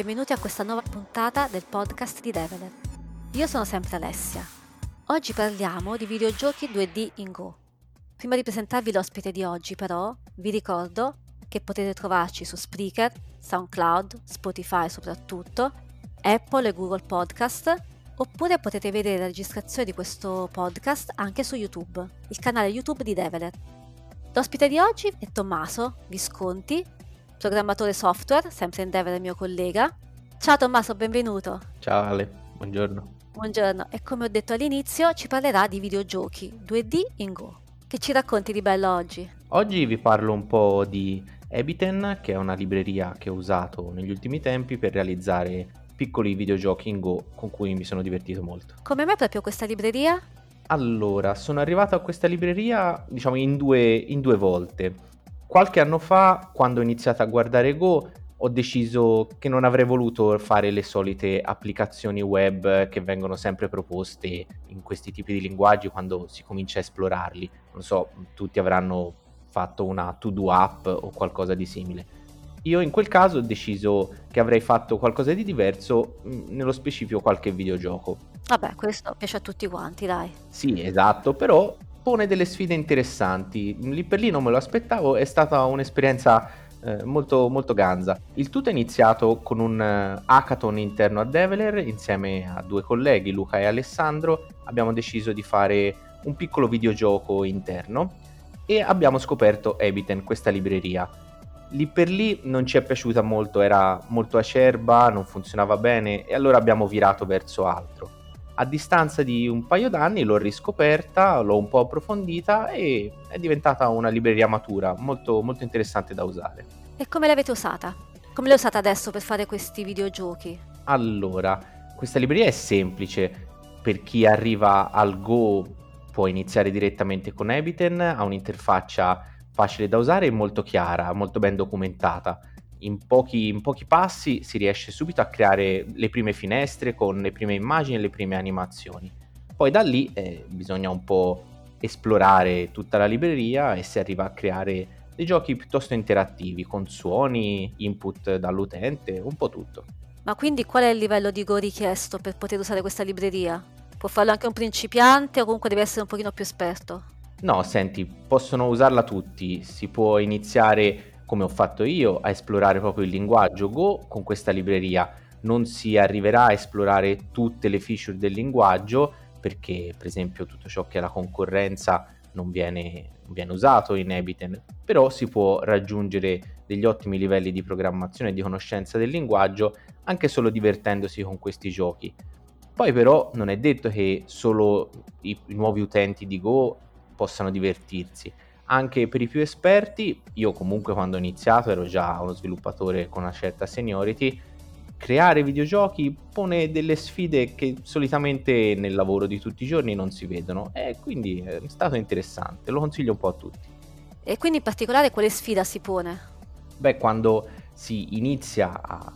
benvenuti a questa nuova puntata del podcast di Develer. Io sono sempre Alessia. Oggi parliamo di videogiochi 2D in Go. Prima di presentarvi l'ospite di oggi, però, vi ricordo che potete trovarci su Spreaker, SoundCloud, Spotify soprattutto, Apple e Google Podcast, oppure potete vedere la registrazione di questo podcast anche su YouTube, il canale YouTube di Develer. L'ospite di oggi è Tommaso Visconti, programmatore software, sempre in Develer, mio collega. Ciao Tommaso, benvenuto. Ciao Ale, buongiorno. Buongiorno, e come ho detto all'inizio ci parlerà di videogiochi 2D in Go. Che ci racconti di bello oggi? Oggi vi parlo un po' di Ebiten, che è una libreria che ho usato negli ultimi tempi per realizzare piccoli videogiochi in Go con cui mi sono divertito molto. Come mai proprio questa libreria? Allora, sono arrivato a questa libreria, diciamo, in due volte. Qualche anno fa, quando ho iniziato a guardare Go, ho deciso che non avrei voluto fare le solite applicazioni web che vengono sempre proposte in questi tipi di linguaggi quando si comincia a esplorarli. Non so, tutti avranno fatto una to-do app o qualcosa di simile. Io in quel caso ho deciso che avrei fatto qualcosa di diverso, nello specifico qualche videogioco. Vabbè, questo piace a tutti quanti, dai. Sì, esatto, però pone delle sfide interessanti. Lì per lì non me lo aspettavo, è stata un'esperienza molto, molto ganza. Il tutto è iniziato con un hackathon interno a Develer, insieme a due colleghi, Luca e Alessandro. Abbiamo deciso di fare un piccolo videogioco interno e abbiamo scoperto Ebiten, questa libreria. Lì per lì non ci è piaciuta molto, era molto acerba, non funzionava bene e allora abbiamo virato verso altro. A distanza di un paio d'anni l'ho riscoperta, l'ho un po' approfondita e è diventata una libreria matura, molto, molto interessante da usare. E come l'avete usata? Come l'hai usata adesso per fare questi videogiochi? Allora, questa libreria è semplice, per chi arriva al Go può iniziare direttamente con Ebiten, ha un'interfaccia facile da usare e molto chiara, molto ben documentata. In pochi passi si riesce subito a creare le prime finestre con le prime immagini e le prime animazioni. Poi da lì bisogna un po' esplorare tutta la libreria e si arriva a creare dei giochi piuttosto interattivi, con suoni, input dall'utente, un po' tutto. Ma quindi qual è il livello di Go richiesto per poter usare questa libreria? Può farlo anche un principiante o comunque deve essere un pochino più esperto? No, senti, possono usarla tutti, si può iniziare come ho fatto io a esplorare proprio il linguaggio Go con questa libreria. Non si arriverà a esplorare tutte le feature del linguaggio perché per esempio tutto ciò che è la concorrenza non viene usato in Ebiten, però si può raggiungere degli ottimi livelli di programmazione e di conoscenza del linguaggio anche solo divertendosi con questi giochi. Poi però non è detto che solo i nuovi utenti di Go possano divertirsi. Anche per i più esperti, io comunque quando ho iniziato ero già uno sviluppatore con una certa seniority, creare videogiochi pone delle sfide che solitamente nel lavoro di tutti i giorni non si vedono e quindi è stato interessante, lo consiglio un po' a tutti. E quindi in particolare quale sfida si pone? Beh, quando si inizia a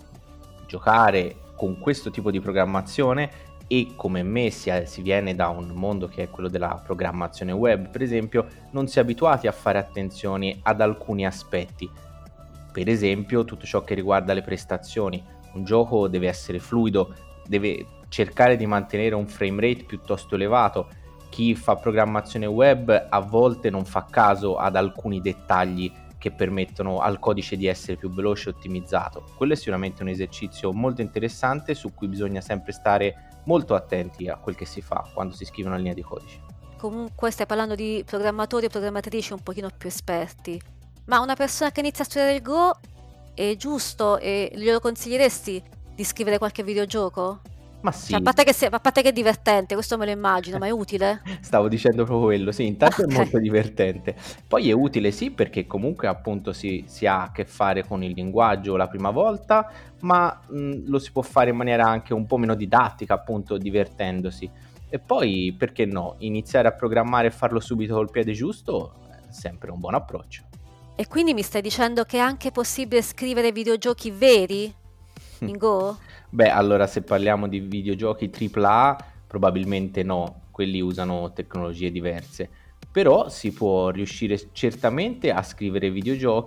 giocare con questo tipo di programmazione e come me si viene da un mondo che è quello della programmazione web, per esempio, non si è abituati a fare attenzione ad alcuni aspetti. Per esempio, tutto ciò che riguarda le prestazioni. Un gioco deve essere fluido, deve cercare di mantenere un frame rate piuttosto elevato. Chi fa programmazione web a volte non fa caso ad alcuni dettagli che permettono al codice di essere più veloce e ottimizzato. Quello è sicuramente un esercizio molto interessante su cui bisogna sempre stare molto attenti a quel che si fa quando si scrive una linea di codice. Comunque stai parlando di programmatori e programmatrici un pochino più esperti. Ma una persona che inizia a studiare il Go è giusto e glielo consiglieresti di scrivere qualche videogioco? Ma Cioè, sì, a parte che è divertente, questo me lo immagino, ma è utile? stavo dicendo proprio quello, sì, intanto è Ok. molto divertente, poi è utile sì perché comunque appunto si ha a che fare con il linguaggio la prima volta, ma lo si può fare in maniera anche un po' meno didattica, appunto divertendosi. E poi perché no, iniziare a programmare e farlo subito col piede giusto è sempre un buon approccio. E quindi mi stai dicendo che è anche possibile scrivere videogiochi veri in Go? Beh, allora se parliamo di videogiochi AAA, probabilmente no, quelli usano tecnologie diverse, però si può riuscire certamente a scrivere videogiochi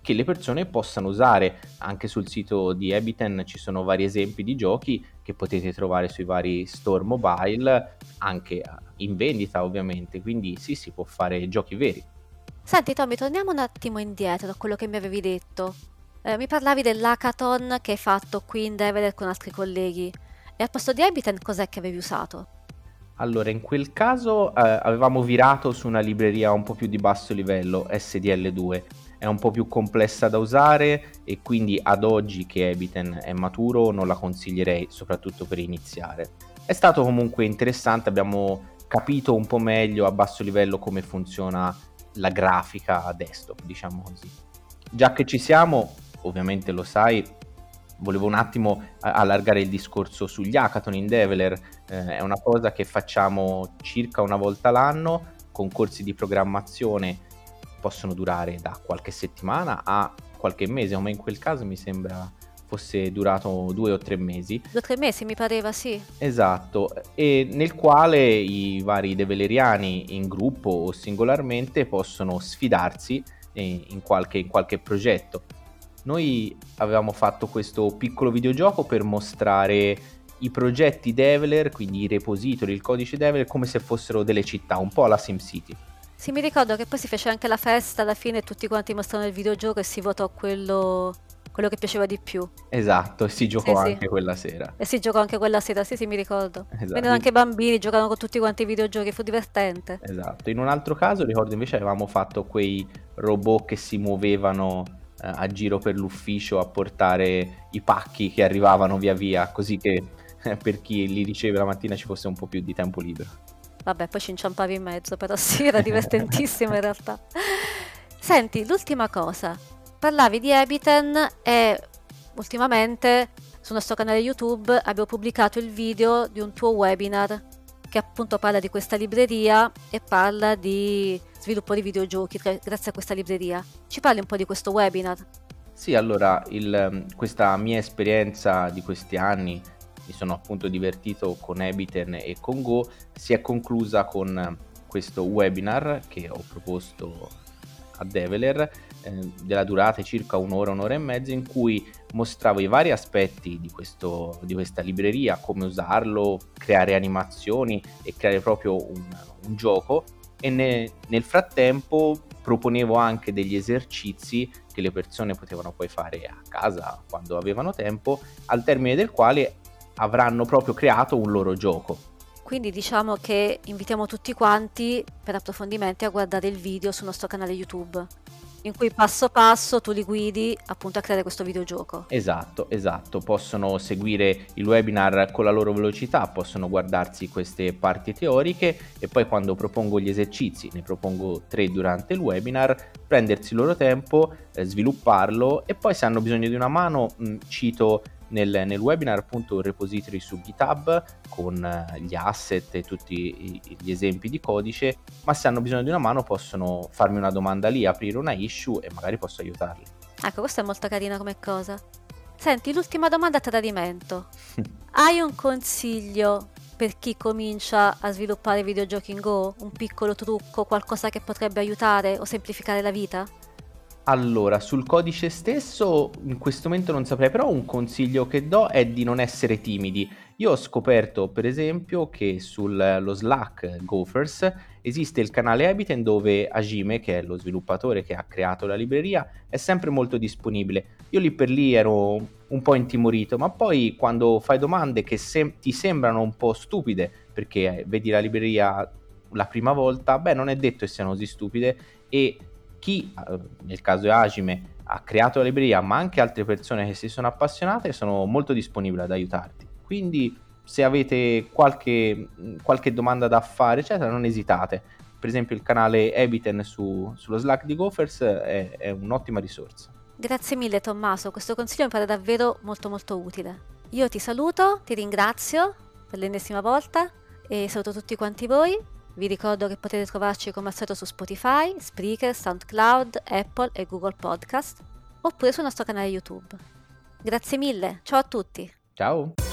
che le persone possano usare. Anche sul sito di Ebiten ci sono vari esempi di giochi che potete trovare sui vari store mobile, anche in vendita ovviamente, quindi sì, si può fare giochi veri. Senti Tommy, torniamo un attimo indietro da quello che mi avevi detto. Mi parlavi dell'hackathon che hai fatto qui in Deventer con altri colleghi e al posto di Habitat cos'è che avevi usato? Allora, in quel caso avevamo virato su una libreria un po' più di basso livello, SDL2. È un po' più complessa da usare e quindi ad oggi che Ebiten è maturo non la consiglierei, soprattutto per iniziare. È stato comunque interessante, abbiamo capito un po' meglio a basso livello come funziona la grafica a desktop, diciamo così. Già che ci siamo, ovviamente lo sai, volevo un attimo allargare il discorso sugli hackathon in Develer. È una cosa che facciamo circa una volta l'anno, con corsi di programmazione, possono durare da qualche settimana a qualche mese, come in quel caso mi sembra fosse durato 2 o 3 mesi. 2 o 3 mesi mi pareva, sì. Esatto, e nel quale i vari develeriani in gruppo o singolarmente possono sfidarsi in qualche progetto. Noi avevamo fatto questo piccolo videogioco per mostrare i progetti Develer, quindi i repository, il codice Develer, come se fossero delle città, un po' alla SimCity. Sì, mi ricordo che poi si fece anche la festa alla fine, tutti quanti mostrarono il videogioco e si votò quello che piaceva di più. Esatto, e si giocò Sì, sì. anche quella sera. E si giocò anche quella sera, sì, sì, mi ricordo. Esatto. Vennero anche i bambini, giocarono con tutti quanti i videogiochi, fu divertente. Esatto. In un altro caso ricordo invece avevamo fatto quei robot che si muovevano a giro per l'ufficio a portare i pacchi che arrivavano via via, così che per chi li riceve la mattina ci fosse un po' più di tempo libero. Vabbè, poi ci inciampavi in mezzo, però sì, era divertentissimo in realtà. Senti, l'ultima cosa. Parlavi di Ebiten e ultimamente sul nostro canale YouTube abbiamo pubblicato il video di un tuo webinar che appunto parla di questa libreria e parla di sviluppo di videogiochi grazie a questa libreria. Ci parli un po' di questo webinar? Sì, allora questa mia esperienza di questi anni, mi sono appunto divertito con Ebiten e con Go, si è conclusa con questo webinar che ho proposto a Develer, della durata circa un'ora e mezza, in cui mostravo i vari aspetti di questa libreria, come usarlo, creare animazioni e creare proprio un gioco, e nel frattempo proponevo anche degli esercizi che le persone potevano poi fare a casa quando avevano tempo, al termine del quale avranno proprio creato un loro gioco. Quindi diciamo che invitiamo tutti quanti per approfondimenti a guardare il video sul nostro canale YouTube, in cui passo passo tu li guidi appunto a creare questo videogioco. Esatto, possono seguire il webinar con la loro velocità, possono guardarsi queste parti teoriche e poi quando propongo gli esercizi, ne propongo 3 durante il webinar, prendersi il loro tempo, svilupparlo e poi se hanno bisogno di una mano cito nel webinar appunto un repository su GitHub con gli asset e tutti gli esempi di codice, ma se hanno bisogno di una mano possono farmi una domanda lì, aprire una issue e magari posso aiutarli. Ecco, questa è molto carina come cosa. Senti, l'ultima domanda a tradimento. Hai un consiglio per chi comincia a sviluppare videogiochi in Go? Un piccolo trucco, qualcosa che potrebbe aiutare o semplificare la vita? Allora, sul codice stesso in questo momento non saprei, però un consiglio che do è di non essere timidi. Io ho scoperto, per esempio, che sullo Slack Gophers esiste il canale Ebiten dove Hajime, che è lo sviluppatore che ha creato la libreria, è sempre molto disponibile. Io lì per lì ero un po' intimorito, ma poi quando fai domande che ti sembrano un po' stupide, perché vedi la libreria la prima volta, beh, non è detto che siano così stupide e chi, nel caso di Hajime, ha creato la libreria, ma anche altre persone che si sono appassionate, sono molto disponibili ad aiutarti. Quindi se avete qualche domanda da fare, eccetera, non esitate. Per esempio il canale Ebiten sullo Slack di Gophers è un'ottima risorsa. Grazie mille Tommaso, questo consiglio mi pare davvero molto molto utile. Io ti saluto, ti ringrazio per l'ennesima volta e saluto tutti quanti voi. Vi ricordo che potete trovarci come al solito su Spotify, Spreaker, SoundCloud, Apple e Google Podcast, oppure sul nostro canale YouTube. Grazie mille, ciao a tutti! Ciao!